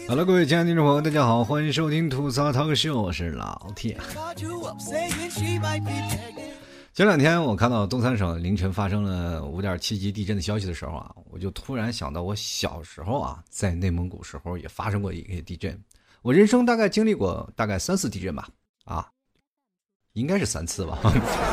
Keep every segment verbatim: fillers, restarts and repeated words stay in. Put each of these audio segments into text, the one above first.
好了，各位亲爱的听众朋友，大家好，欢迎收听吐槽涛哥秀，我是老铁。前两天我看到东三省凌晨发生了五点七级地震的消息的时候啊，我就突然想到我小时候啊，在内蒙古时候也发生过一个地震。我人生大概经历过大概三次地震吧，啊，应该是三次吧。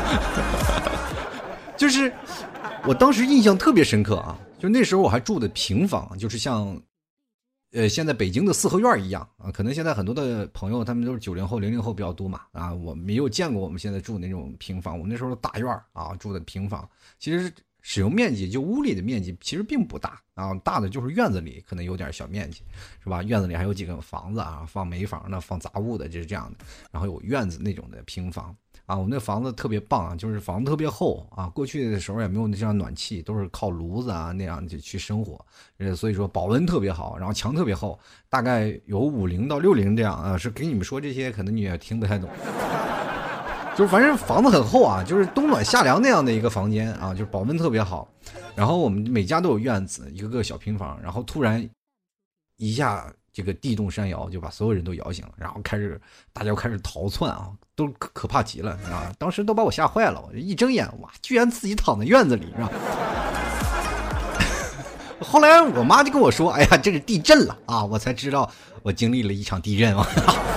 就是我当时印象特别深刻啊，就那时候我还住的平房，就是像呃，现在北京的四合院一样啊，可能现在很多的朋友他们都是九零后、零零后比较多嘛啊，我没有见过我们现在住那种平房，我们那时候大院啊住的平房，其实使用面积就屋里的面积其实并不大啊，大的就是院子里可能有点小面积，是吧？院子里还有几个房子啊，放煤房的、放杂物的，就是这样的，然后有院子那种的平房。啊，我那房子特别棒啊，就是房子特别厚啊。过去的时候也没有这样暖气，都是靠炉子啊那样就去生活，呃，所以说保温特别好，然后墙特别厚，大概有五零到六零这样啊。是给你们说这些，可能你也听不太懂。就是反正房子很厚啊，就是冬暖夏凉那样的一个房间啊，就是保温特别好。然后我们每家都有院子，一个个小平房，然后突然一下。这个地动山摇就把所有人都摇醒了，然后开始大家开始逃窜啊，都可可怕极了啊！当时都把我吓坏了，我一睁眼哇，居然自己躺在院子里，是吧？后来我妈就跟我说：“哎呀，这是地震了啊！”我才知道我经历了一场地震啊，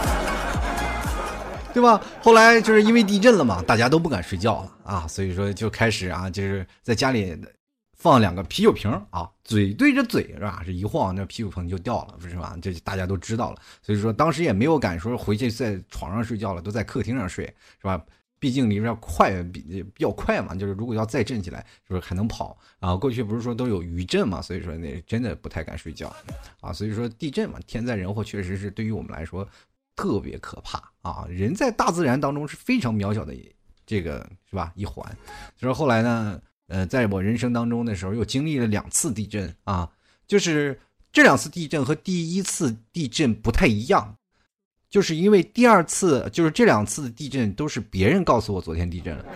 对吧？后来就是因为地震了嘛，大家都不敢睡觉了啊，所以说就开始啊，就是在家里。放两个啤酒瓶啊，嘴对着嘴是吧？这一晃，那啤酒瓶就掉了，不是吧？这大家都知道了。所以说当时也没有敢说回去在床上睡觉了，都在客厅上睡，是吧？毕竟离着快，比比较快嘛。就是如果要再震起来，是不是还能跑啊？过去不是说都有余震嘛，所以说那真的不太敢睡觉啊。所以说地震嘛，天灾人祸确实是对于我们来说特别可怕啊。人在大自然当中是非常渺小的这个是吧一环。所以说后来呢？呃，在我人生当中的时候，又经历了两次地震啊，就是这两次地震和第一次地震不太一样，就是因为第二次，就是这两次的地震都是别人告诉我昨天地震了，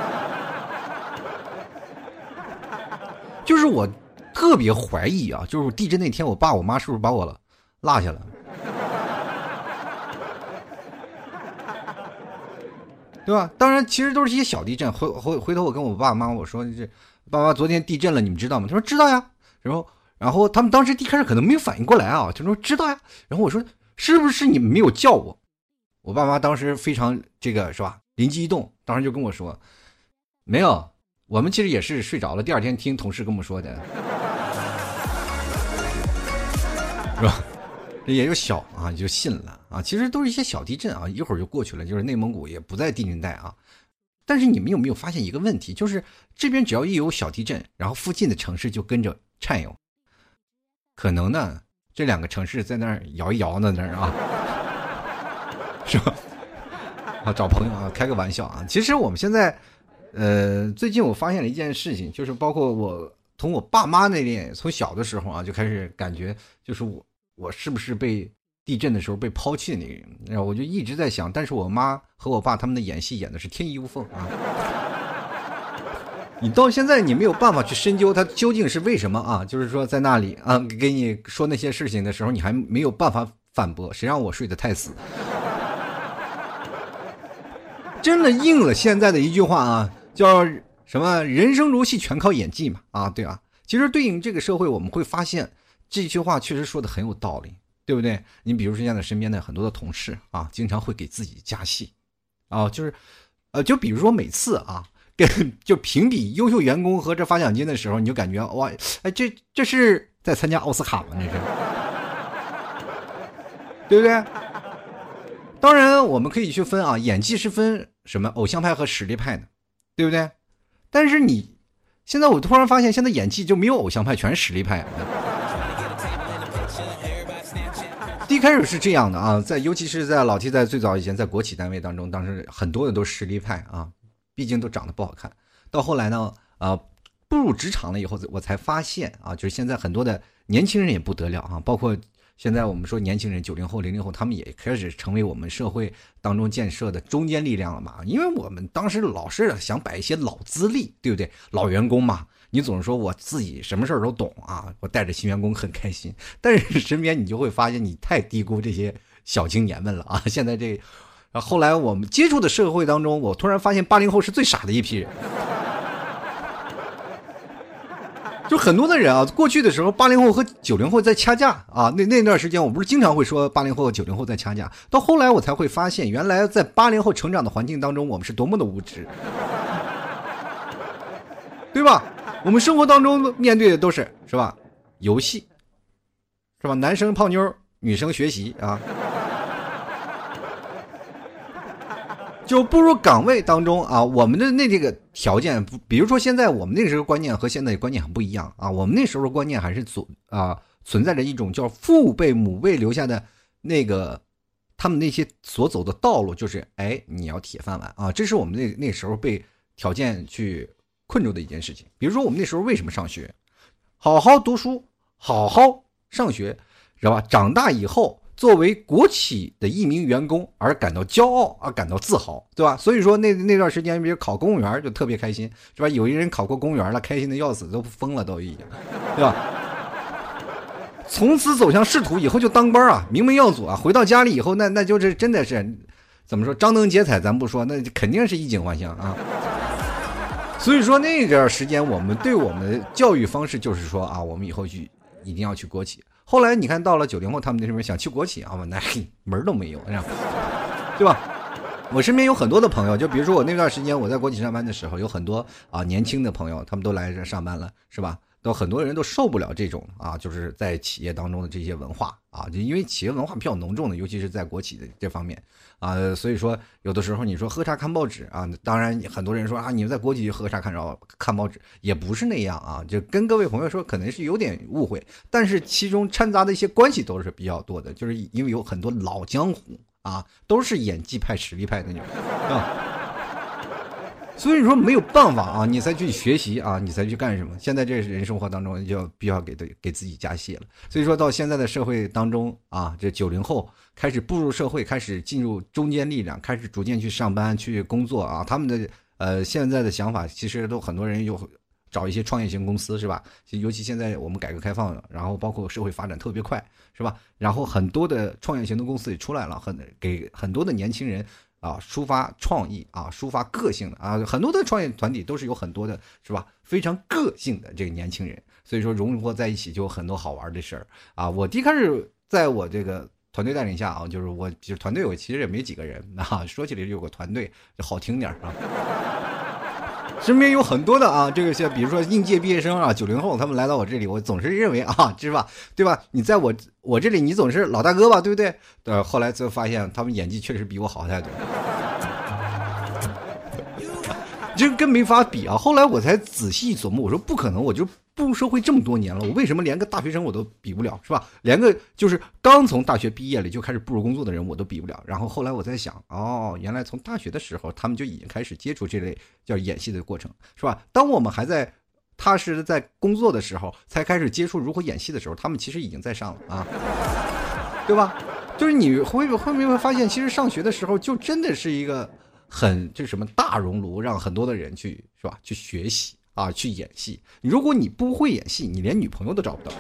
就是我特别怀疑啊，就是地震那天，我爸我妈是不是把我落下了？对吧？当然，其实都是一些小地震。回回回头，我跟我爸妈我说：“这爸爸昨天地震了，你们知道吗？”他说：“知道呀。”然后，然后他们当时一开始可能没有反应过来啊，就说：“知道呀。”然后我说：“是不是你们没有叫我？”我爸妈当时非常这个是吧，灵机一动，当时就跟我说：“没有，我们其实也是睡着了。第二天听同事跟我们说的，是吧？”这也就小啊，就信了啊。其实都是一些小地震啊，一会儿就过去了。就是内蒙古也不在地震带啊。但是你们有没有发现一个问题？就是这边只要一有小地震，然后附近的城市就跟着颤悠。可能呢，这两个城市在那儿摇一摇呢，那儿啊，是吧？啊，找朋友啊，开个玩笑啊。其实我们现在，呃，最近我发现了一件事情，就是包括我从我爸妈那边，从小的时候啊，就开始感觉，就是我。我是不是被地震的时候被抛弃的那个人？然后我就一直在想，但是我妈和我爸他们的演戏演的是天衣无缝啊！你到现在你没有办法去深究它究竟是为什么啊？就是说在那里啊，给你说那些事情的时候，你还没有办法反驳，谁让我睡得太死？真的应了现在的一句话啊，叫什么？人生如戏，全靠演技嘛！啊，对啊，其实对应这个社会，我们会发现。这句话确实说的很有道理，对不对？你比如说现在身边的很多的同事啊，经常会给自己加戏，啊，就是，呃，就比如说每次啊，跟就评比优秀员工和这发奖金的时候，你就感觉哇，哎，这这是在参加奥斯卡吗？这是，对不对？当然，我们可以去分啊，演技是分什么偶像派和实力派的，对不对？但是你现在我突然发现，现在演技就没有偶像派，全是实力派。一开始是这样的啊，在尤其是在老 T 在最早以前在国企单位当中，当时很多的都是实力派啊，毕竟都长得不好看。到后来呢，啊，步入职场了以后，我才发现啊，就是现在很多的年轻人也不得了啊，包括现在我们说年轻人九零后、零零后，他们也开始成为我们社会当中建设的中坚力量了嘛。因为我们当时老是想摆一些老资历，对不对？老员工嘛。 你总是说我自己什么事儿都懂啊，我带着新员工很开心，但是身边你就会发现你太低估这些小青年们了啊！现在这，后来我们接触的社会当中，我突然发现八零后是最傻的一批人。就很多的人啊，过去的时候，八零后和九零后在掐架啊。那那段时间，我不是经常会说八零后和九零后在掐架。到后来，我才会发现，原来在八零后成长的环境当中，我们是多么的无知，对吧？我们生活当中面对的都是是吧？游戏，是吧？男生泡妞，女生学习啊。就步入岗位当中啊，我们的那这个条件，比如说现在我们那个时候观念和现在观念很不一样啊。我们那时候的观念还是存啊存在着一种叫父辈母辈留下的那个他们那些所走的道路，就是哎你要铁饭碗啊，这是我们那那时候被条件去困住的一件事情。比如说我们那时候为什么上学，好好读书，好好上学，知道吧？长大以后。作为国企的一名员工而感到骄傲而感到自豪，对吧？所以说那那段时间，比如考公务员就特别开心，是吧？有一人考过公务员了，开心的要死，都疯了都已经，对吧？从此走向仕途，以后就当官啊，名门耀祖啊。回到家里以后，那那就是真的是怎么说，张灯结彩咱不说，那肯定是衣锦还乡啊。所以说那段时间，我们对我们的教育方式就是说啊，我们以后去一定要去国企。后来你看到了九零后，他们那边想去国企啊，那门都没有，对吧？我身边有很多的朋友，就比如说我那段时间我在国企上班的时候，有很多啊年轻的朋友，他们都来这上班了，是吧？都很多人都受不了这种啊，就是在企业当中的这些文化啊，就因为企业文化比较浓重的，尤其是在国企的这方面啊，所以说有的时候你说喝茶看报纸啊，当然很多人说啊，你们在国企喝茶看着看报纸也不是那样啊，就跟各位朋友说可能是有点误会，但是其中掺杂的一些关系都是比较多的，就是因为有很多老江湖啊，都是演技派实力派的那种啊。所以说没有办法啊，你才去学习啊，你才去干什么？现在这人生活当中就必要给给自己加戏了。所以说到现在的社会当中啊，这九零后开始步入社会，开始进入中坚力量，开始逐渐去上班去工作啊。他们的呃现在的想法，其实都很多人有找一些创业型公司，是吧？尤其现在我们改革开放了，然后包括社会发展特别快，是吧？然后很多的创业型的公司也出来了，很给很多的年轻人。啊，抒发创意啊，抒发个性的啊，很多的创业团体都是有很多的，是吧？非常个性的这个年轻人，所以说融合在一起就有很多好玩的事儿啊。我一开始在我这个团队带领下啊，就是我就是团队我其实也没几个人啊，说起来有个团队就好听点啊。身边有很多的啊，这个像比如说应届毕业生啊，九零后他们来到我这里，我总是认为啊，是吧？对吧？你在我我这里，你总是老大哥吧，对不对？呃，后来就发现他们演技确实比我好太多，这跟没法比啊。后来我才仔细琢磨，我说不可能，我就步入社会这么多年了，我为什么连个大学生我都比不了，是吧？连个就是刚从大学毕业了就开始步入工作的人我都比不了。然后后来我在想，哦，原来从大学的时候他们就已经开始接触这类叫演戏的过程，是吧？当我们还在踏实的在工作的时候，才开始接触如何演戏的时候，他们其实已经在上了啊，对吧？就是你会会不会发现，其实上学的时候就真的是一个很这什么大熔炉，让很多的人去是吧去学习。啊，去演戏。如果你不会演戏，你连女朋友都找不到，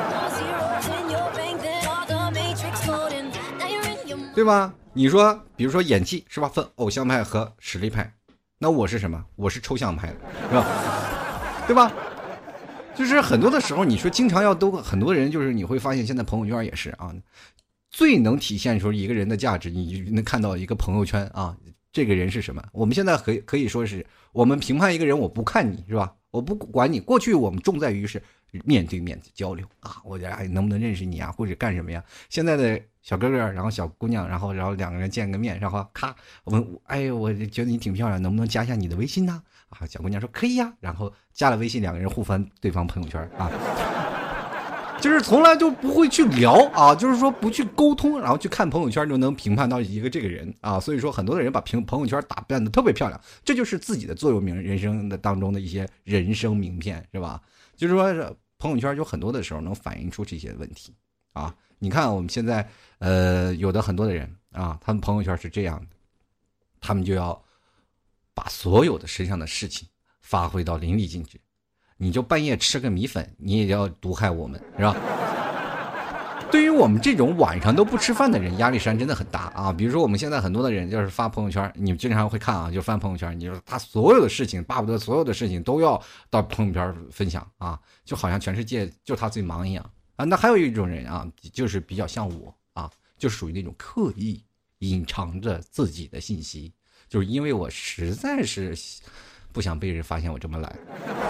对吧？你说，比如说演技是吧？分偶像派和实力派，那我是什么？我是抽象派的，是吧？对吧？就是很多的时候，你说经常要都很多人，就是你会发现，现在朋友圈也是啊，最能体现出一个人的价值，你能看到一个朋友圈啊。这个人是什么？我们现在可以可以说是我们评判一个人，我不看你是吧？我不管你。过去我们重在于是面对面的交流啊，我觉得哎能不能认识你啊，或者干什么呀？现在的小哥哥，然后小姑娘，然后然后两个人见个面，然后咔，我们哎我觉得你挺漂亮，能不能加一下你的微信呢？啊，小姑娘说可以呀，然后加了微信，两个人互翻对方朋友圈啊。就是从来就不会去聊啊，就是说不去沟通，然后去看朋友圈就能评判到一个这个人啊，所以说很多的人把评朋友圈打扮的特别漂亮，这就是自己的座右铭，人生的当中的一些人生名片，是吧？就是说朋友圈有很多的时候能反映出这些问题啊。你看我们现在呃有的很多的人啊，他们朋友圈是这样的，他们就要把所有的身上的事情发挥到淋漓尽致。 你就半夜吃个米粉，你也要毒害我们，是吧？对于我们这种晚上都不吃饭的人，压力山真的很大啊！比如说我们现在很多的人就是发朋友圈，你们经常会看啊，就翻朋友圈，你说他所有的事情，巴不得所有的事情都要到朋友圈分享啊，就好像全世界就他最忙一样啊。那还有一种人啊，就是比较像我啊，就属于那种刻意隐藏着自己的信息，就是因为我实在是不想被人发现我这么懒。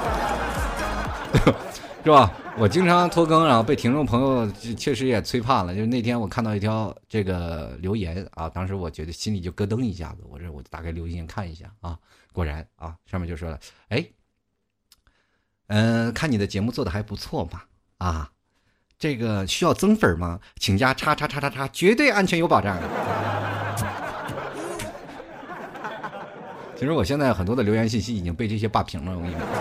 是吧？我经常拖更，然后被听众朋友确实也催怕了。就是那天我看到一条这个留言啊，当时我觉得心里就咯噔一下子。我这我打开留言看一下啊，果然啊，上面就说了，哎，嗯、呃，看你的节目做的还不错嘛，啊，这个需要增粉吗？请加叉叉叉叉叉，绝对安全有保障。其实我现在很多的留言信息已经被这些霸屏了，我跟你说。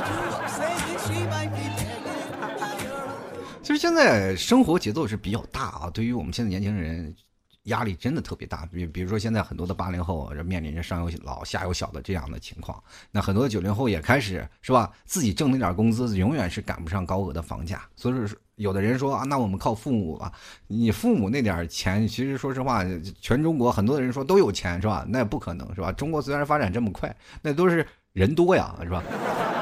其实现在生活节奏是比较大啊，对于我们现在年轻人压力真的特别大。比比如说现在很多的八零后面临着上有老下有小的这样的情况，那很多的九零后也开始是吧，自己挣那点工资永远是赶不上高额的房价，所以说有的人说啊，那我们靠父母啊，你父母那点钱，其实说实话，全中国很多的人说都有钱是吧？那也不可能是吧？中国虽然发展这么快，那都是人多呀是吧？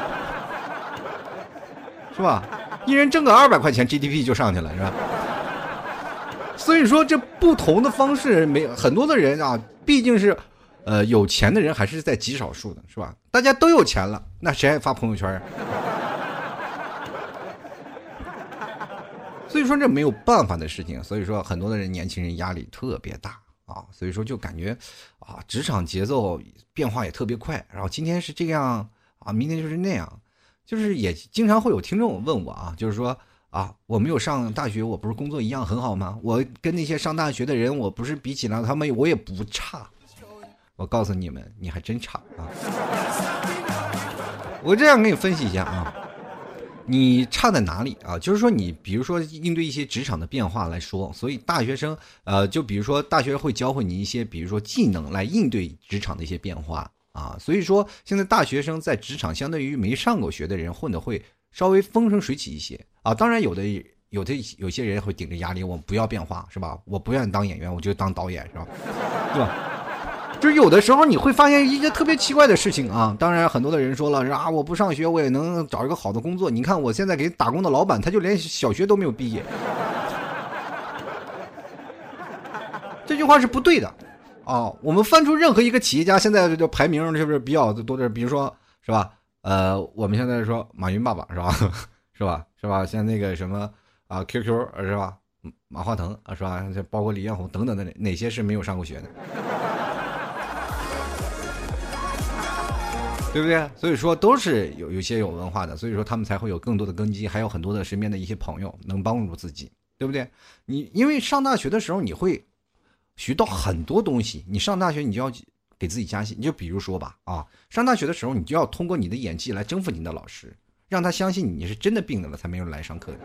是吧？一人挣个二百块钱 G D P 就上去了是吧？所以说这不同的方式，没很多的人啊，毕竟是呃有钱的人还是在极少数的是吧？大家都有钱了，那谁还发朋友圈啊？所以说这没有办法的事情，所以说很多的人年轻人压力特别大啊，所以说就感觉啊职场节奏变化也特别快，然后今天是这样啊，明天就是那样。就是也经常会有听众问我啊，就是说啊，我没有上大学，我不是工作一样很好吗？我跟那些上大学的人，我不是比起来他们我也不差。我告诉你们，你还真差啊！我这样给你分析一下啊，你差在哪里啊？就是说你比如说应对一些职场的变化来说，所以大学生呃，就比如说大学会教会你一些，比如说技能来应对职场的一些变化。啊，所以说现在大学生在职场相对于没上过学的人混的会稍微风生水起一些啊。当然有的有的有些人会顶着压力，我不要变化是吧？我不愿意当演员，我就当导演是吧？对吧？就是有的时候你会发现一些特别奇怪的事情啊。当然很多的人说了啊，我不上学我也能找一个好的工作。你看我现在给打工的老板，他就连小学都没有毕业，这句话是不对的。哦，我们翻出任何一个企业家，现在的排名是不是比较多的？比如说，是吧？呃，我们现在说马云爸爸是吧？是吧？是吧？像那个什么啊 ，Q Q 是吧？马化腾啊是吧？包括李彦宏等等的，哪些是没有上过学的？对不对？所以说都是有有些有文化的，所以说他们才会有更多的根基，还有很多的身边的一些朋友能帮助自己，对不对？你因为上大学的时候你会学到很多东西，你上大学你就要给自己加戏。你就比如说吧，啊，上大学的时候你就要通过你的演技来征服你的老师，让他相信你是真的病了才没有来上课的，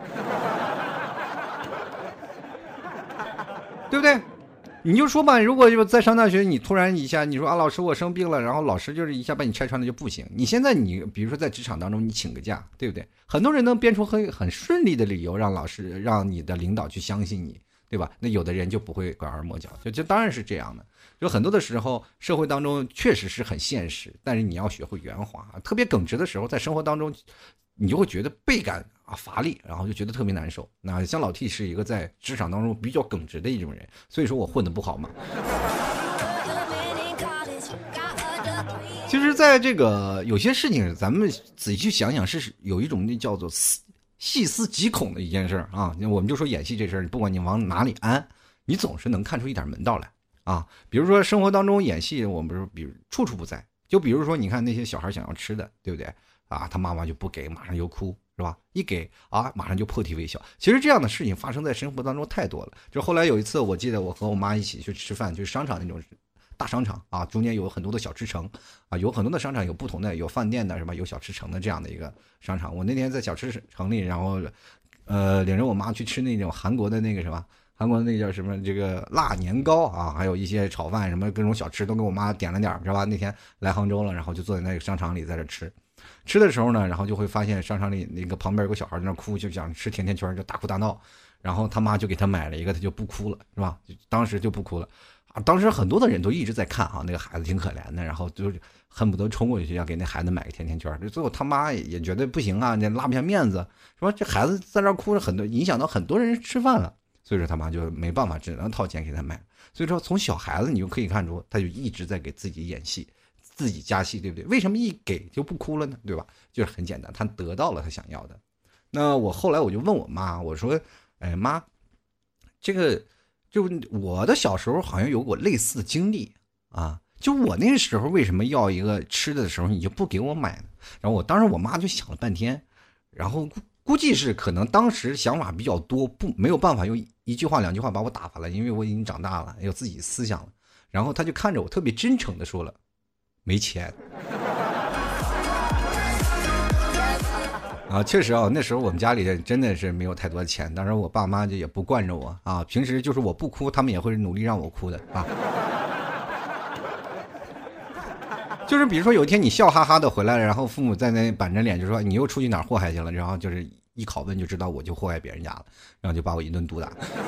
对不对？你就说吧，如果就在上大学，你突然一下你说啊，老师我生病了，然后老师就是一下把你拆穿了就不行。你现在你比如说在职场当中你请个假，对不对？很多人能编出很很顺利的理由让老师让你的领导去相信你，对吧？那有的人就不会拐弯抹角，就就当然是这样的。就很多的时候，社会当中确实是很现实，但是你要学会圆滑。特别耿直的时候，在生活当中，你就会觉得倍感啊乏力，然后就觉得特别难受。那像老 T 是一个在职场当中比较耿直的一种人，所以说我混得不好嘛。其实，在这个有些事情，咱们仔细去想想，是有一种那叫做细思极恐的一件事啊。我们就说演戏这事儿，不管你往哪里安，你总是能看出一点门道来啊。比如说生活当中演戏，我们比如处处不在。就比如说，你看那些小孩想要吃的，对不对啊？他妈妈就不给，马上就哭，是吧？一给啊，马上就破涕为笑。其实这样的事情发生在生活当中太多了。就后来有一次，我记得我和我妈一起去吃饭，就是商场那种大商场啊，中间有很多的小吃城啊，有很多的商场有不同的，有饭店的是吧？有小吃城的这样的一个商场。我那天在小吃城里，然后呃领着我妈去吃那种韩国的那个什么。韩国的那个叫什么这个辣年糕啊，还有一些炒饭什么各种小吃都给我妈点了点，知道吧？那天来杭州了，然后就坐在那个商场里在这吃吃的时候呢，然后就会发现商场里那个旁边有个小孩在那哭，就想吃甜甜圈，就大哭大闹。然后他妈就给他买了一个，他就不哭了，是吧？就当时就不哭了啊！当时很多的人都一直在看啊，那个孩子挺可怜的，然后就恨不得冲过去要给那孩子买个甜甜圈。最后他妈也也觉得不行啊，那拉不下面子，说这孩子在这哭着，很多影响到很多人吃饭了，所以说他妈就没办法，只能掏钱给他买。所以说从小孩子你就可以看出，他就一直在给自己演戏，自己加戏，对不对？为什么一给就不哭了呢？对吧？就是很简单，他得到了他想要的。那我后来我就问我妈，我说。哎妈，这个就我的小时候好像有过类似的经历啊，就我那时候为什么要一个吃的的时候你就不给我买呢？然后我当时我妈就想了半天，然后估估计是可能当时想法比较多，不没有办法用一句话两句话把我打发了，因为我已经长大了，有自己思想了。然后她就看着我特别真诚的说了，没钱。啊，确实啊，那时候我们家里真的是没有太多的钱，当然我爸妈就也不惯着我啊，平时就是我不哭，他们也会努力让我哭的啊。就是比如说有一天你笑哈哈的回来了，然后父母在那板着脸就说你又出去哪儿祸害去了，然后就是一拷问就知道我就祸害别人家了，然后就把我一顿毒打。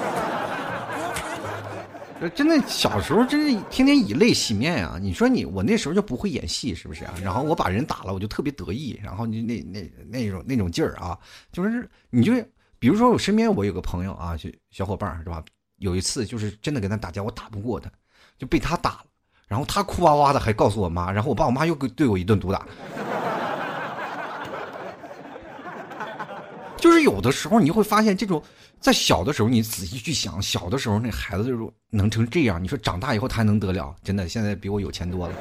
真的小时候真是天天以泪洗面啊！你说你我那时候就不会演戏是不是啊？然后我把人打了，我就特别得意，然后你那那那种那种劲儿啊，就是你就比如说我身边我有个朋友啊，就小伙伴是吧？有一次就是真的跟他打架，我打不过他，就被他打了，然后他哭哇哇的还告诉我妈，然后我爸我妈又对我一顿毒打。就是有的时候你会发现这种。在小的时候你仔细去想，小的时候那孩子就是能成这样，你说长大以后他还能得了？真的现在比我有钱多了。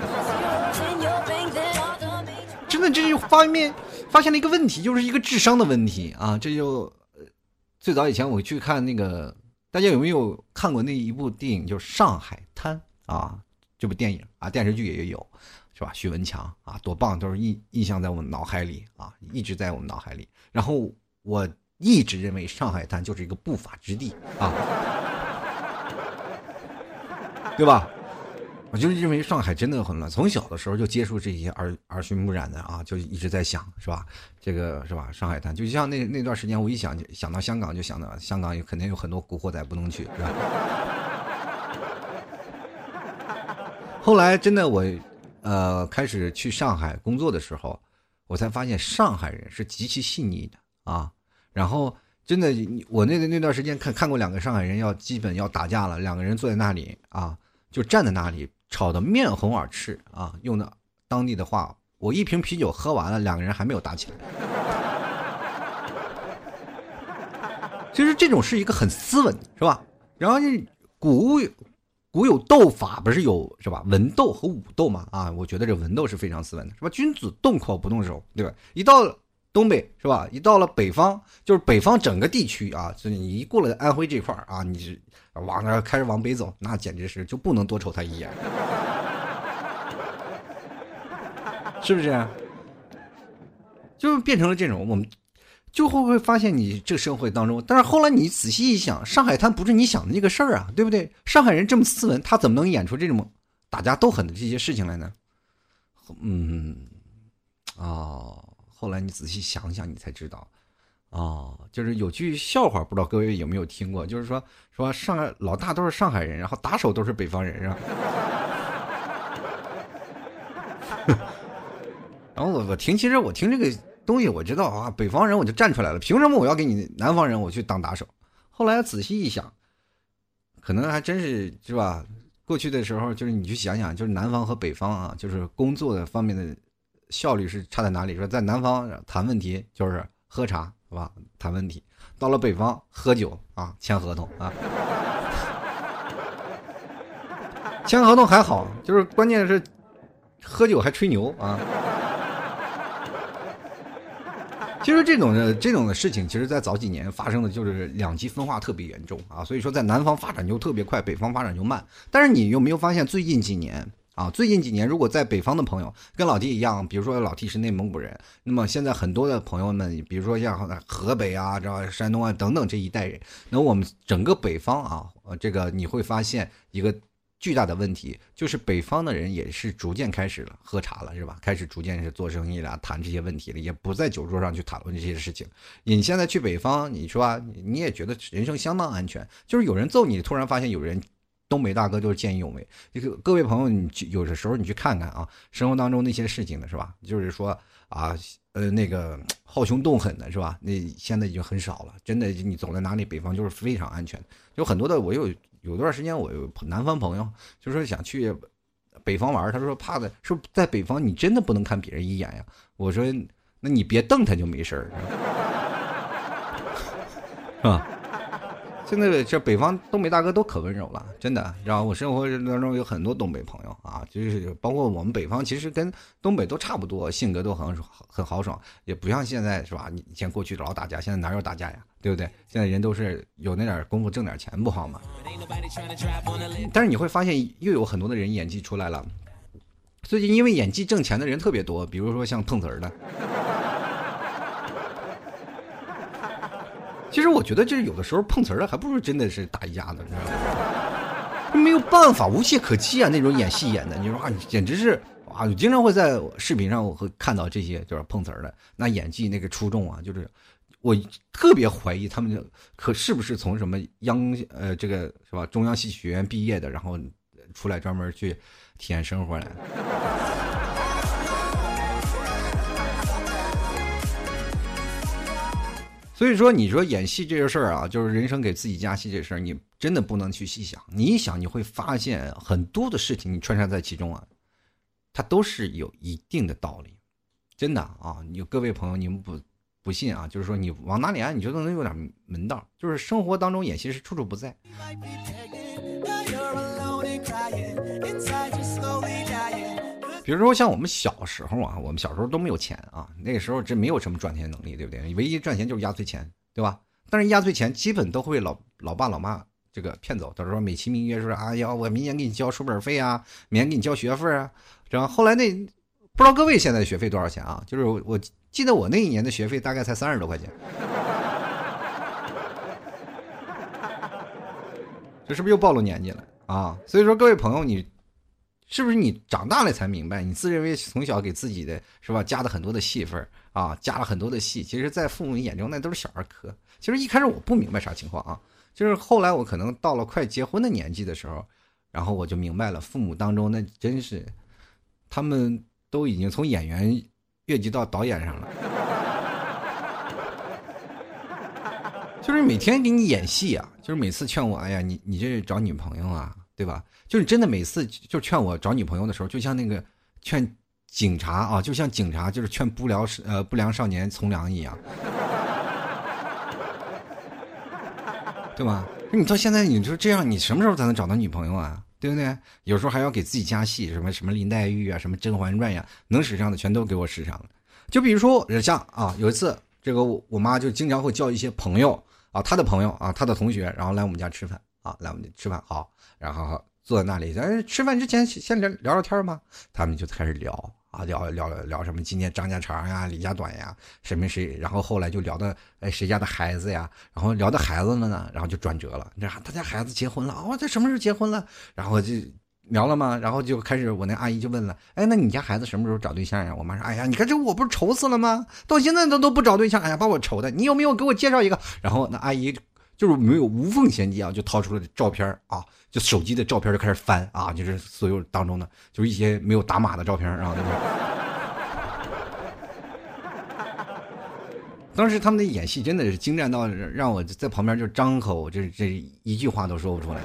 真的这就发现发现了一个问题，就是一个智商的问题啊！这就最早以前我去看那个，大家有没有看过那一部电影就是《上海滩》啊？这部电影啊，电视剧也有，是吧？许文强啊，多棒，都是印印象在我们脑海里啊，一直在我们脑海里。然后我一直认为上海滩就是一个不法之地啊，对吧？我就认为上海真的很乱，从小的时候就接触这些耳耳濡目染的啊，就一直在想，是吧？这个是吧？上海滩就像那那段时间，我一想想到香港，就想到香港肯定有很多古惑仔不能去，是吧？后来真的我呃开始去上海工作的时候，我才发现上海人是极其细腻的啊。然后真的，我那那段时间看看过两个上海人要基本要打架了，两个人坐在那里啊，就站在那里吵得面红耳赤啊，用的当地的话，我一瓶啤酒喝完了，两个人还没有打起来。其实这种是一个很斯文，是吧？然后古古有斗法，不是有是吧？文斗和武斗嘛啊，我觉得这文斗是非常斯文的，是吧？君子动口不动手，对吧？一到东北是吧？一到了北方，就是北方整个地区啊，就是你一过了安徽这块啊，你是往那开始往北走，那简直是就不能多瞅他一眼，是不是？就变成了这种，我们就会不会发现你这个社会当中，但是后来你仔细一想，上海滩不是你想的那个事儿啊，对不对？上海人这么斯文，他怎么能演出这种打架斗狠的这些事情来呢？嗯，哦。后来你仔细想想，你才知道，哦，就是有句笑话，不知道各位有没有听过，就是说说上海老大都是上海人，然后打手都是北方人，是吧？然后我我听，其实我听这个东西，我知道啊，北方人我就站出来了，凭什么我要给你南方人我去当打手？后来仔细一想，可能还真是是吧？过去的时候，就是你去想想，就是南方和北方啊，就是工作的方面的。效率是差在哪里？说在南方谈问题就是喝茶，是吧？谈问题，到了北方喝酒啊，签合同啊。签合同还好，就是关键是喝酒还吹牛啊。其实这种的这种的事情，其实在早几年发生的就是两极分化特别严重啊，所以说在南方发展就特别快，北方发展就慢。但是你有没有发现最近几年？啊，最近几年，如果在北方的朋友跟老 T 一样，比如说老 T 是内蒙古人，那么现在很多的朋友们，比如说像河北啊、这山东啊等等这一代人，那我们整个北方啊，这个你会发现一个巨大的问题，就是北方的人也是逐渐开始了喝茶了，是吧？开始逐渐是做生意了，谈这些问题了，也不在酒桌上去讨论这些事情。你现在去北方，你说啊，你也觉得人生相当安全，就是有人揍你，突然发现有人。东北大哥就是见义勇为，这个各位朋友，你有的时候你去看看啊，生活当中那些事情的是吧？就是说啊，呃，那个好凶斗狠的是吧？那现在已经很少了，真的，你走在哪里，北方就是非常安全。有很多的，我有有段时间，我有南方朋友就说想去北方玩，他说怕的，说在北方你真的不能看别人一眼呀。我说，那你别瞪他就没事儿，是吧？现在这北方东北大哥都可温柔了，真的。然后我生活当中有很多东北朋友啊，就是包括我们北方，其实跟东北都差不多，性格都很很豪爽，也不像现在是吧？你以前过去老打架，现在哪有打架呀？对不对？现在人都是有那点功夫挣点钱不好吗？但是你会发现又有很多的人演技出来了，最近因为演技挣钱的人特别多，比如说像碰瓷儿的。其实我觉得这有的时候碰瓷儿的还不如真的是打一架的，你知道吗？没有办法，无懈可击啊！那种演戏演的，你说啊，简直是啊！我经常会在视频上我会看到这些就是碰瓷儿的，那演技那个出众啊，就是我特别怀疑他们就可是不是从什么央呃这个是吧中央戏曲学院毕业的，然后出来专门去体验生活来。所以说，你说演戏这个事儿啊，就是人生给自己加戏这事儿，你真的不能去细想。你一想，你会发现很多的事情，你穿插在其中啊，它都是有一定的道理。真的啊，你各位朋友，你们不不信啊？就是说，你往哪里按，你就能有点门道。就是生活当中演戏是处处不在。比如说像我们小时候啊，我们小时候都没有钱啊，那个时候真没有什么赚钱能力，对不对？唯一赚钱就是压岁钱，对吧？但是压岁钱基本都会老老爸老妈这个骗走，到时候美其名曰说啊，要我明年给你交书本费啊，明年给你交学费啊。然后后来那不知道各位现在的学费多少钱啊？就是我我记得我那一年的学费大概才三十多块钱，这是不是又暴露年纪了啊？所以说各位朋友，你。是不是你长大了才明白？你自认为从小给自己的是吧，加了很多的戏份啊，加了很多的戏，其实，在父母眼中那都是小儿科。其实一开始我不明白啥情况啊，就是后来我可能到了快结婚的年纪的时候，然后我就明白了，父母当中那真是，他们都已经从演员越级到导演上了，就是每天给你演戏啊，就是每次劝我，哎呀，你你这找女朋友啊。对吧？就是真的每次就劝我找女朋友的时候，就像那个劝警察啊，就像警察就是劝不良呃不良少年从良一样，对吧？你到现在你说这样，你什么时候才能找到女朋友啊？对不对？有时候还要给自己加戏，什么什么林黛玉啊，什么甄嬛传呀，能使上的全都给我使上了。就比如说像啊，有一次这个我妈就经常会叫一些朋友啊，她的朋友啊，她的同学，然后来我们家吃饭啊，来我们家吃饭好。然后坐在那里，哎，吃饭之前先聊聊聊天嘛，他们就开始聊啊，聊聊聊什么今天张家长呀、李家短呀，什么谁，然后后来就聊到哎谁家的孩子呀，然后聊到孩子了呢，然后就转折了，这他家孩子结婚了哦，这什么时候结婚了？然后就聊了嘛，然后就开始我那阿姨就问了，哎，那你家孩子什么时候找对象呀？我妈说，哎呀，你看这我不是愁死了吗？到现在都都不找对象，哎呀，把我愁的，你有没有给我介绍一个？然后那阿姨。就是没有无缝衔接啊，就掏出了照片啊，就手机的照片就开始翻啊，就是所有当中的就是一些没有打码的照片啊。当时他们的演戏真的是精湛到让我在旁边就张口，这这一句话都说不出来。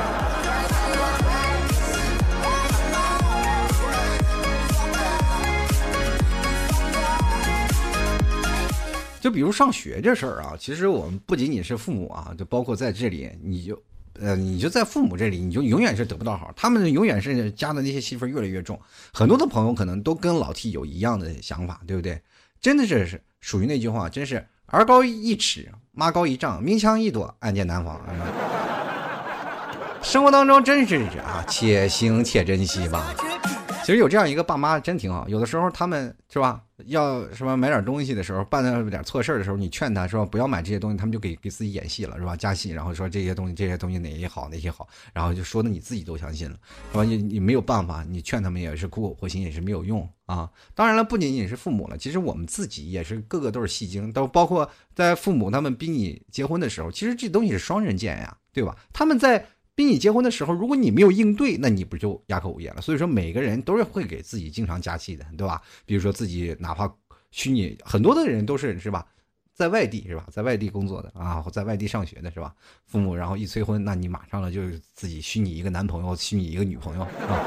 就比如上学这事儿啊，其实我们不仅仅是父母啊，就包括在这里，你就呃，你就在父母这里，你就永远是得不到好，他们永远是加的那些戏份越来越重。很多的朋友可能都跟老 T 有一样的想法，对不对？真的是属于那句话，真是儿高一尺，妈高一丈，明枪易躲，暗箭难防。生活当中真是啊，且行且珍惜吧。 其实有这样一个爸妈真挺好，有的时候他们是吧，要什么买点东西的时候，办了点错事的时候，你劝他说不要买这些东西，他们就给给自己演戏了，是吧？加戏，然后说这些东西这些东西哪些好哪些好，然后就说的你自己都相信了，是吧？你你没有办法，你劝他们也是苦口婆心，也是没有用啊。当然了，不仅仅是父母了，其实我们自己也是个个都是戏精，都包括在父母他们逼你结婚的时候，其实这东西是双刃剑呀，对吧？他们在逼你结婚的时候，如果你没有应对，那你不就哑口无言了？所以说，每个人都是会给自己经常加戏的，对吧？比如说自己哪怕虚拟，很多的人都是是吧，在外地是吧，在外地工作的啊，在外地上学的是吧？父母然后一催婚，那你马上了就是自己虚拟一个男朋友，虚拟一个女朋友啊，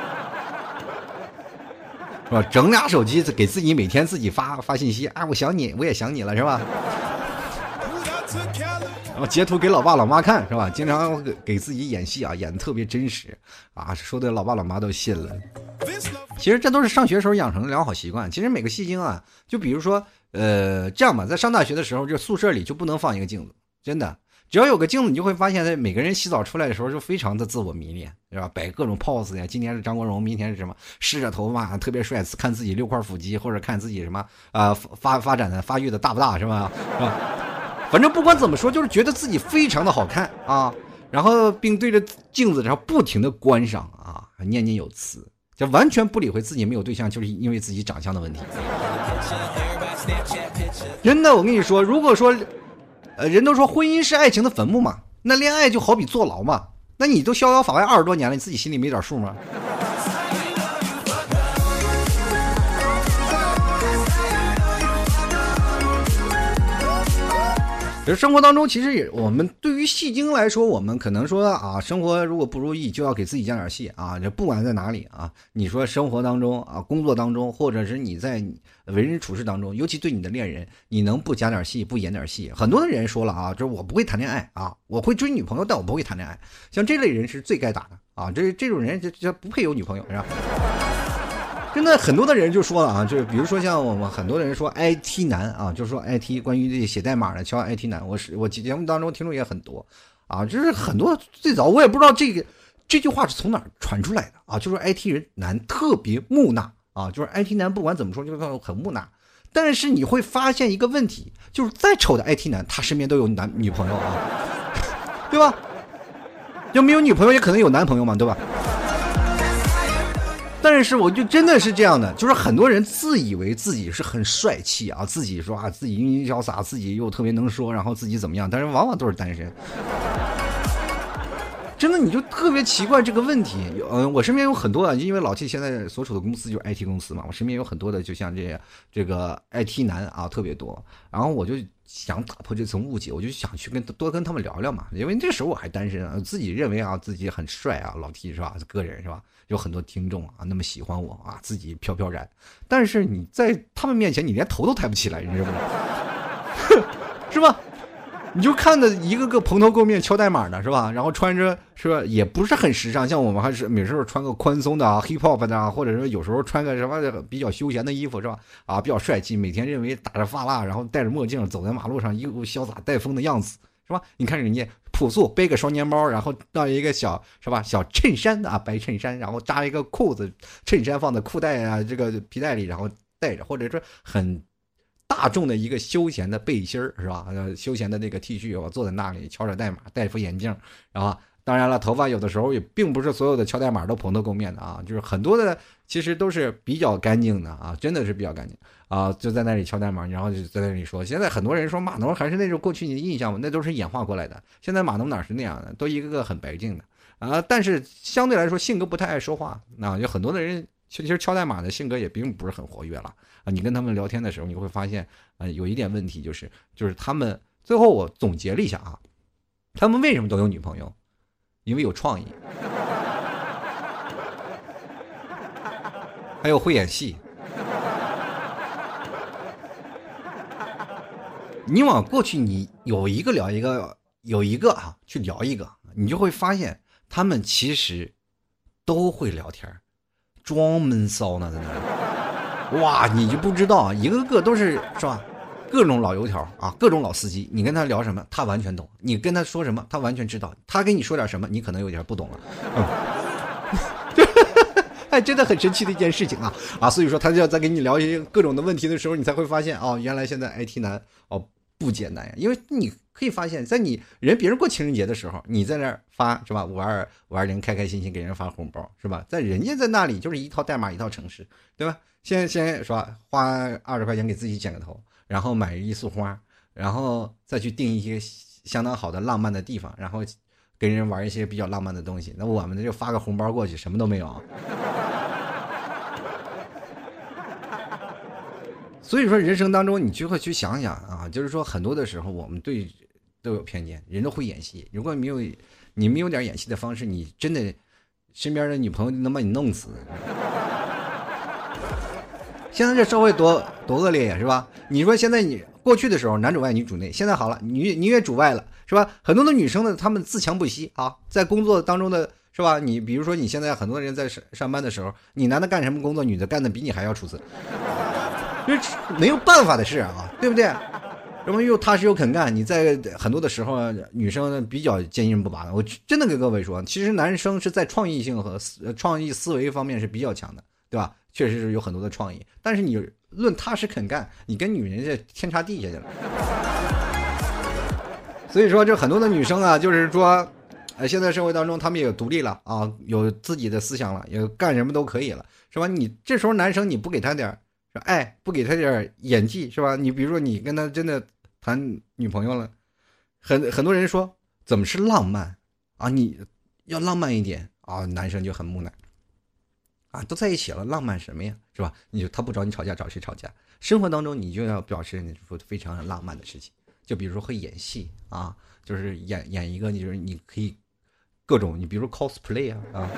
是吧？整俩手机给自己每天自己发发信息啊，我想你，我也想你了，是吧？然后截图给老爸老妈看是吧？经常给自己演戏啊，演的特别真实啊，说的老爸老妈都信了。其实这都是上学时候养成的良好习惯。其实每个戏精啊，就比如说呃这样吧，在上大学的时候，这宿舍里就不能放一个镜子，真的。只要有个镜子，你就会发现，在每个人洗澡出来的时候，就非常的自我迷恋，是吧？摆各种 pose 呀，今天是张国荣，明天是什么？湿着头发，特别帅，看自己六块腹肌，或者看自己什么啊、呃、发发展的发育的大不大，是吧？是吧？反正不管怎么说，就是觉得自己非常的好看啊，然后并对着镜子然后不停的观赏啊，念念有词，就完全不理会自己没有对象，就是因为自己长相的问题。真的，我跟你说，如果说，呃，人都说婚姻是爱情的坟墓嘛，那恋爱就好比坐牢嘛，那你都逍遥法外二十多年了，你自己心里没点数吗？其实生活当中，其实也我们对于戏精来说，我们可能说啊，生活如果不如意，就要给自己加点戏啊。这不管在哪里啊，你说生活当中啊，工作当中，或者是你在为人处事当中，尤其对你的恋人，你能不加点戏，不演点戏？很多的人说了啊，就是我不会谈恋爱啊，我会追女朋友，但我不会谈恋爱。像这类人是最该打的啊，这这种人就就不配有女朋友，是吧？真的很多的人就说了啊，就是比如说像我们很多的人说 I T 男啊，就是说 I T 关于这写代码的叫 I T 男，我是我节目当中听众也很多啊，就是很多最早我也不知道这个这句话是从哪儿传出来的啊，就是 I T 人男特别木讷啊，就是 I T 男不管怎么说就是很木讷，但是你会发现一个问题，就是再丑的 I T 男他身边都有男女朋友啊，对吧？要没有女朋友也可能有男朋友嘛，对吧？但是我就真的是这样的，就是很多人自以为自己是很帅气啊，自己说啊自己英俊潇洒，自己又特别能说，然后自己怎么样，但是往往都是单身。真的你就特别奇怪这个问题。嗯，我身边有很多啊，因为老 T 现在所处的公司就是 I T 公司嘛，我身边有很多的就像这这个 I T 男啊特别多，然后我就想打破这层误解，我就想去跟多跟他们聊聊嘛，因为这时候我还单身啊，自己认为啊自己很帅啊，老 T 是吧？个人是吧？有很多听众啊那么喜欢我啊，自己飘飘然，但是你在他们面前你连头都抬不起来，你知道吗？是吧？你就看的一个个蓬头垢面敲代码的是吧？然后穿着是吧也不是很时尚，像我们还是每时候穿个宽松的啊 hip hop 的啊，或者说有时候穿个什么比较休闲的衣服是吧？啊，比较帅气，每天认为打着发蜡，然后戴着墨镜走在马路上一股潇洒带风的样子是吧？你看人家朴素背个双肩包，然后到一个小是吧小衬衫啊白衬衫，然后扎一个裤子，衬衫放在裤带啊这个皮带里，然后带着，或者说很大众的一个休闲的背心儿是吧？休闲的那个 T 恤，我坐在那里敲着代码，戴副眼镜，然后当然了，头发有的时候也并不是所有的敲代码都蓬头垢面的啊，就是很多的其实都是比较干净的啊，真的是比较干净啊，就在那里敲代码，然后就在那里说。现在很多人说码农还是那种过去你的印象嘛，那都是演化过来的。现在码农哪是那样的，都一个个很白净的啊，但是相对来说性格不太爱说话啊，有很多的人其实敲代码的性格也并不是很活跃了啊。你跟他们聊天的时候，你会发现啊，有一点问题就是就是他们最后我总结了一下啊，他们为什么都有女朋友？因为有创意，还有会演戏。你往过去，你有一个聊一个，有一个啊去聊一个，你就会发现他们其实都会聊天，装闷骚呢在那。哇，你就不知道，一个个都是是吧？各种老油条啊，各种老司机，你跟他聊什么，他完全懂；你跟他说什么，他完全知道。他跟你说点什么，你可能有点不懂了。嗯、 真的很神奇的一件事情啊啊！所以说，他就要在跟你聊一些各种的问题的时候，你才会发现哦，原来现在 I T 男哦不简单呀，因为你可以发现，在你人别人过情人节的时候，你在那儿发是吧？五二五二零开开心心给人发红包是吧？在人家在那里就是一套代码一套程式，对吧？先先是吧，花二十块钱给自己剪个头，然后买一束花，然后再去订一些相当好的浪漫的地方，然后跟人玩一些比较浪漫的东西。那我们就发个红包过去，什么都没有。所以说，人生当中你就会去想想啊，就是说很多的时候我们对都有偏见，人都会演戏。如果没有你没有点演戏的方式，你真的身边的女朋友能把你弄死。现在这社会多多恶劣呀，是吧？你说现在你过去的时候男主外女主内，现在好了，女你也主外了，是吧？很多的女生呢，她们自强不息啊，在工作当中的是吧？你比如说你现在很多人在上上班的时候，你男的干什么工作，女的干的比你还要出色，这没有办法的事啊，对不对？然后又踏实又肯干，你在很多的时候，女生比较坚韧不拔的。我真的跟各位说，其实男生是在创意性和创意思维方面是比较强的，对吧？确实是有很多的创意，但是你论踏实肯干，你跟女人这天差地下去了。所以说，这很多的女生啊，就是说，呃，现在社会当中，她们也有独立了啊，有自己的思想了，也干什么都可以了，是吧？你这时候男生你不给他点哎，不给他点演技，是吧？你比如说你跟他真的谈女朋友了，很很多人说怎么是浪漫啊？你要浪漫一点啊，男生就很木讷。啊，都在一起了，浪漫什么呀，是吧？你就他不找你吵架，找谁吵架？生活当中你就要表示你非常浪漫的事情，就比如说会演戏啊，就是演演一个，你就是你可以各种，你比如 cosplay 啊啊。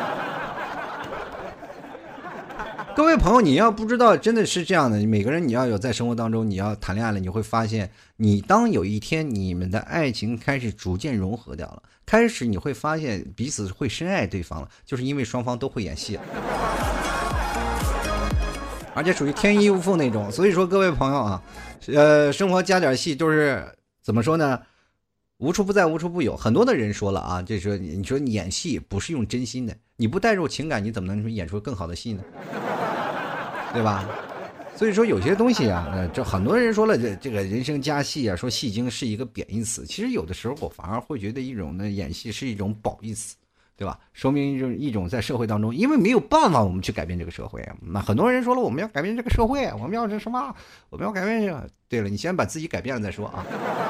各位朋友，你要不知道，真的是这样的。每个人你要有在生活当中，你要谈恋爱了，你会发现，你当有一天你们的爱情开始逐渐融合掉了，开始你会发现彼此会深爱对方了，就是因为双方都会演戏了，而且属于天衣无缝那种。所以说，各位朋友啊，呃，生活加点戏，就是怎么说呢？无处不在，无处不有。很多的人说了啊，这说你说你演戏不是用真心的，你不带入情感，你怎么能演出更好的戏呢？对吧？所以说有些东西啊，呃，这很多人说了，这这个人生加戏啊，说戏精是一个贬义词。其实有的时候我反而会觉得一种呢，演戏是一种褒义词，对吧？说明一种一种在社会当中，因为没有办法我们去改变这个社会啊。那很多人说了，我们要改变这个社会，我们要这什么？我们要改变这个。对了，你先把自己改变了再说啊。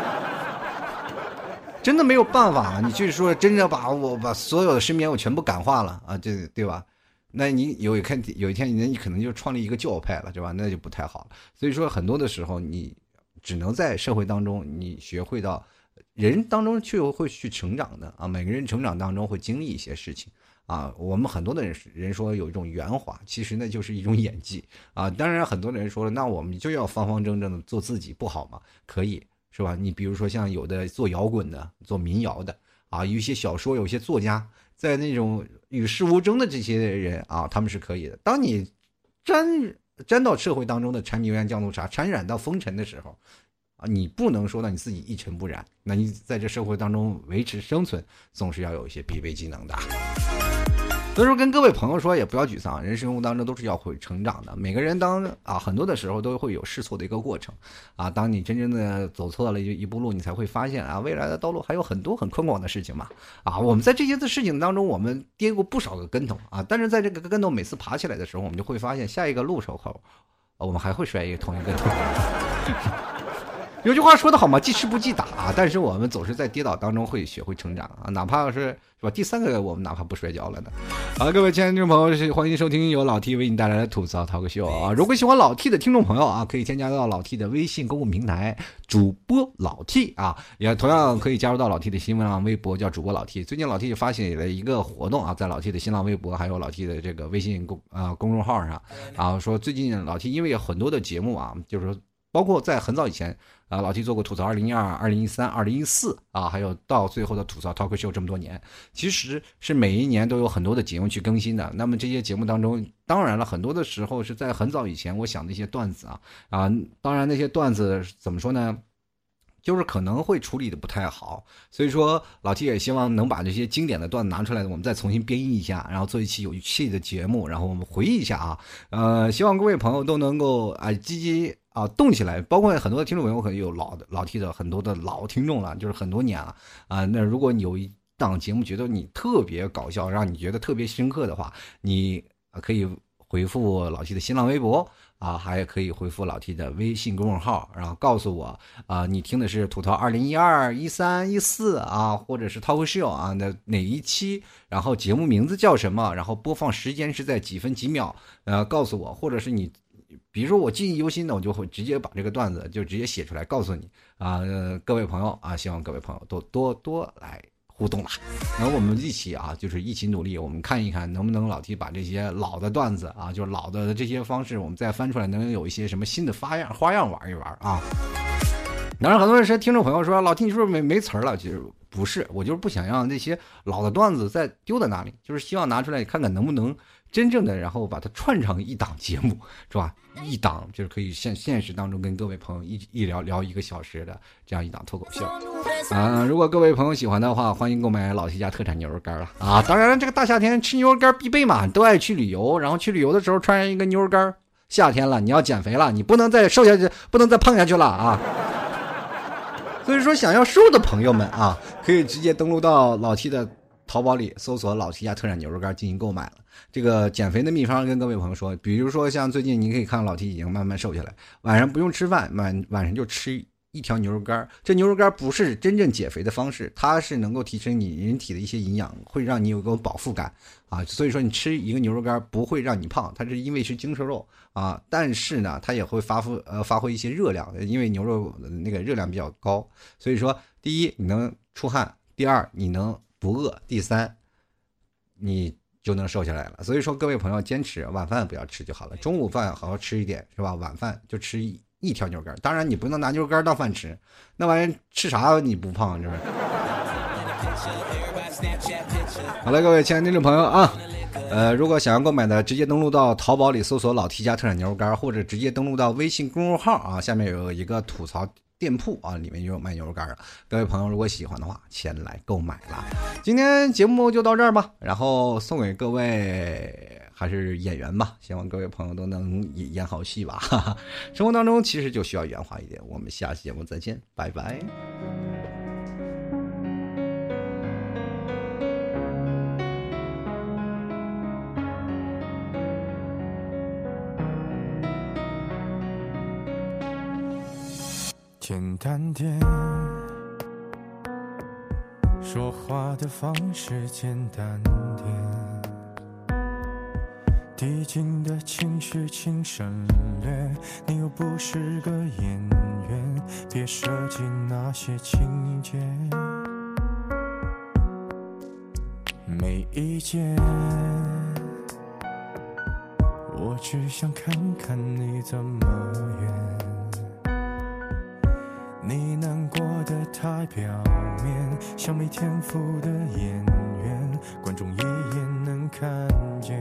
真的没有办法，你就是说真正把我把所有的身边我全部感化了啊，这对吧？那你有一天有一天你可能就创立一个教派了，对吧？那就不太好了。所以说很多的时候你只能在社会当中你学会到人当中就会去成长的啊，每个人成长当中会经历一些事情啊。我们很多的人人说有一种圆滑，其实那就是一种演技啊。当然很多人说了，那我们就要方方正正的做自己不好吗？可以，是吧？你比如说像有的做摇滚的，做民谣的啊，有一些小说，有一些作家，在那种与世无争的这些人啊，他们是可以的。当你沾沾到社会当中的柴米油盐酱醋茶，沾染到风尘的时候啊，你不能说呢你自己一尘不染，那你在这社会当中维持生存，总是要有一些必备技能的。所以说跟各位朋友说，也不要沮丧，人生当中都是要会成长的。每个人当啊很多的时候都会有试错的一个过程啊，当你真正的走错了一一步路，你才会发现啊，未来的道路还有很多很宽广的事情嘛。啊，我们在这些的事情当中，我们跌过不少个跟头啊，但是在这个跟头每次爬起来的时候，我们就会发现下一个路手口，我们还会摔一个同一个头。有句话说得好嘛，记吃不记打啊，但是我们总是在跌倒当中会学会成长啊，哪怕是是吧？第三个我们哪怕不摔跤了呢。好，各位亲爱的听众朋友，欢迎收听由老 T 为你带来的吐槽涛哥秀啊！如果喜欢老 T 的听众朋友啊，可以添加到老 T 的微信公共平台主播老 T 啊，也同样可以加入到老 T 的新浪微博叫主播老 T。最近老 T 发起了一个活动啊，在老 T 的新浪微博还有老 T 的这个微信公啊、呃、公众号上，然后说最近老 T 因为有很多的节目啊，就是说包括在很早以前。啊，老 T 做过吐槽二零一二、二零一三、二零一四啊，还有到最后的吐槽 talk show 这么多年，其实是每一年都有很多的节目去更新的。那么这些节目当中，当然了，很多的时候是在很早以前我想的一些段子啊啊，当然那些段子怎么说呢？ 就是可能会处理的不太好，所以说老 T 也希望能把这些经典的段子拿出来，我们再重新编译一下，然后做一期有趣的节目，然后我们回忆一下啊，呃，希望各位朋友都能够啊积极啊动起来，包括很多的听众朋友可能有老的老 T 的很多的老听众了，就是很多年了啊，那如果你有一档节目觉得你特别搞笑，让你觉得特别深刻的话，你可以回复老 T 的新浪微博。啊，还可以回复老 T 的微信公众号，然后告诉我啊，你听的是吐槽二零一二、一三、一四啊，或者是 Talk Show 啊的哪一期，然后节目名字叫什么，然后播放时间是在几分几秒，呃，告诉我，或者是你，比如说我记忆犹新的，我就会直接把这个段子就直接写出来告诉你啊、呃，各位朋友啊，希望各位朋友多多多来互动了，然后我们一起啊，就是一起努力，我们看一看能不能老 T 把这些老的段子啊，就是老的这些方式，我们再翻出来，能有一些什么新的花样花样玩一玩啊。当然，很多人是听众朋友说，老 T 你是不是没没词儿了？其实不是，我就是不想让那些老的段子再丢在那里，就是希望拿出来看看能不能真正的，然后把它串成一档节目，是吧？一档就是可以现现实当中跟各位朋友一一聊聊一个小时的这样一档脱口秀啊！如果各位朋友喜欢的话，欢迎购买老 T 家特产牛肉干了啊！当然，这个大夏天吃牛肉干必备嘛，都爱去旅游，然后去旅游的时候穿上一个牛肉干，夏天了，你要减肥了，你不能再瘦下去，不能再胖下去了啊！所以说，想要瘦的朋友们啊，可以直接登录到老 T 的淘宝里搜索老 T 家特产牛肉干进行购买了。这个减肥的秘方跟各位朋友说，比如说像最近你可以看老 T 已经慢慢瘦下来，晚上不用吃饭，晚晚上就吃一条牛肉干。这牛肉干不是真正减肥的方式，它是能够提升你人体的一些营养，会让你有个饱腹感啊。所以说你吃一个牛肉干不会让你胖，它是因为是精瘦肉啊，但是呢它也会发挥呃发挥一些热量，因为牛肉那个热量比较高。所以说第一你能出汗，第二你能不饿，第三你就能瘦下来了。所以说各位朋友坚持晚饭不要吃就好了，中午饭好好吃一点是吧？晚饭就吃一一条牛肉干，当然你不能拿牛肉干当饭吃，那玩意儿吃啥你不胖是不是？好了，各位亲爱的听众朋友啊，呃，如果想要购买的，直接登录到淘宝里搜索老 T 家特产牛肉干，或者直接登录到微信公众号啊，下面有一个吐槽店铺啊，里面就有卖牛肉干了。各位朋友如果喜欢的话，前来购买了。今天节目就到这儿吧，然后送给各位还是演员吧，希望各位朋友都能演好戏吧。哈哈，生活当中其实就需要圆滑一点。我们下期节目再见，拜拜。 简单点，说话的方式简单点，递进的情绪请省略，你又不是个演员，别设计那些情节。没意见，我只想看看你怎么演，你难过的太表面，像没天赋的演员，观众一眼能看见。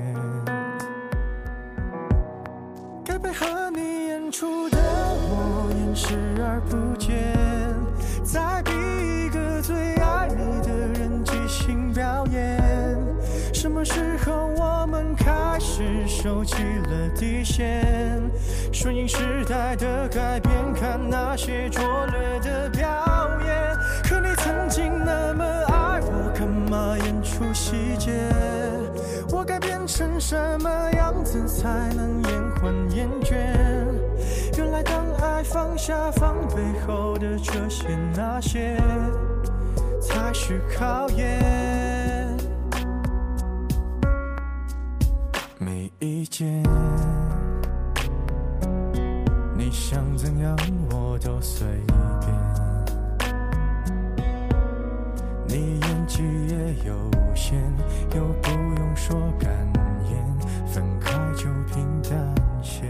该配合你演出的我演视而不见，再逼一个最爱你的人即兴表演。什么时候我们开始收起了底线？顺应时代的改变，看那些拙劣的表演。可你曾经那么爱我，干嘛演出细节？我该变成什么样子才能延缓厌倦？原来当爱放下防备后的这些那些，才是考验。没意见，你想怎样我都随便，你演技也有限，又不用说感言，分开就平淡些。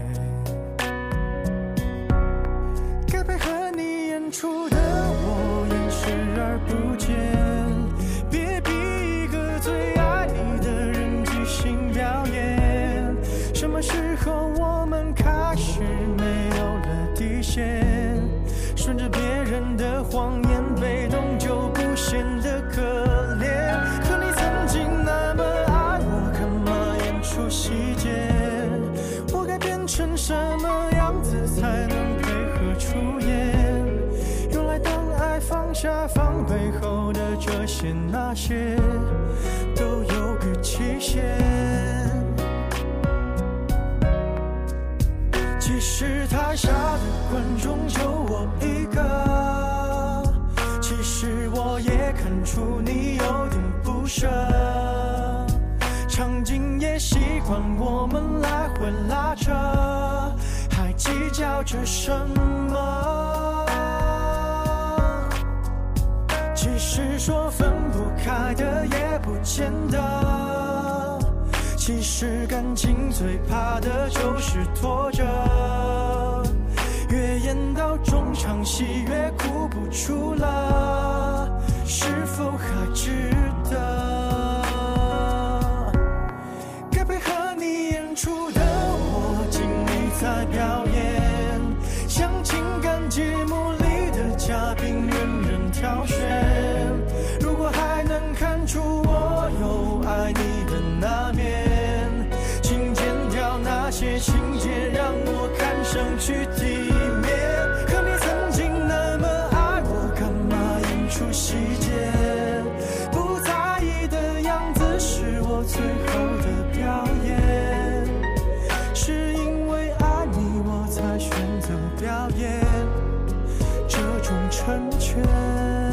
该配合你演出的我演视而不见，别逼一个最爱你的人即兴表演。什么时候我们开始没有了底线，顺着别人的话么样子才能配合出演？原来当爱放下防备后的这些那些都有个期限。其实台下的观众就我一个，其实我也看出你有点不舍，场景也习惯我们来回拉扯，还计较着什么？其实说分不开的也不见得，其实感情最怕的就是拖着，越演到中场戏越哭不出了，是否还值得？该配合你演出的我尽力在表演，像情感节目里的嘉宾任人挑选，如果还能看出我有爱你的那面，请剪掉那些情节让我看上去体面。可你曾经那么爱我，干嘛演出细节？不在意的样子是我最后的表演，是因为爱你我才选择表演这种成全。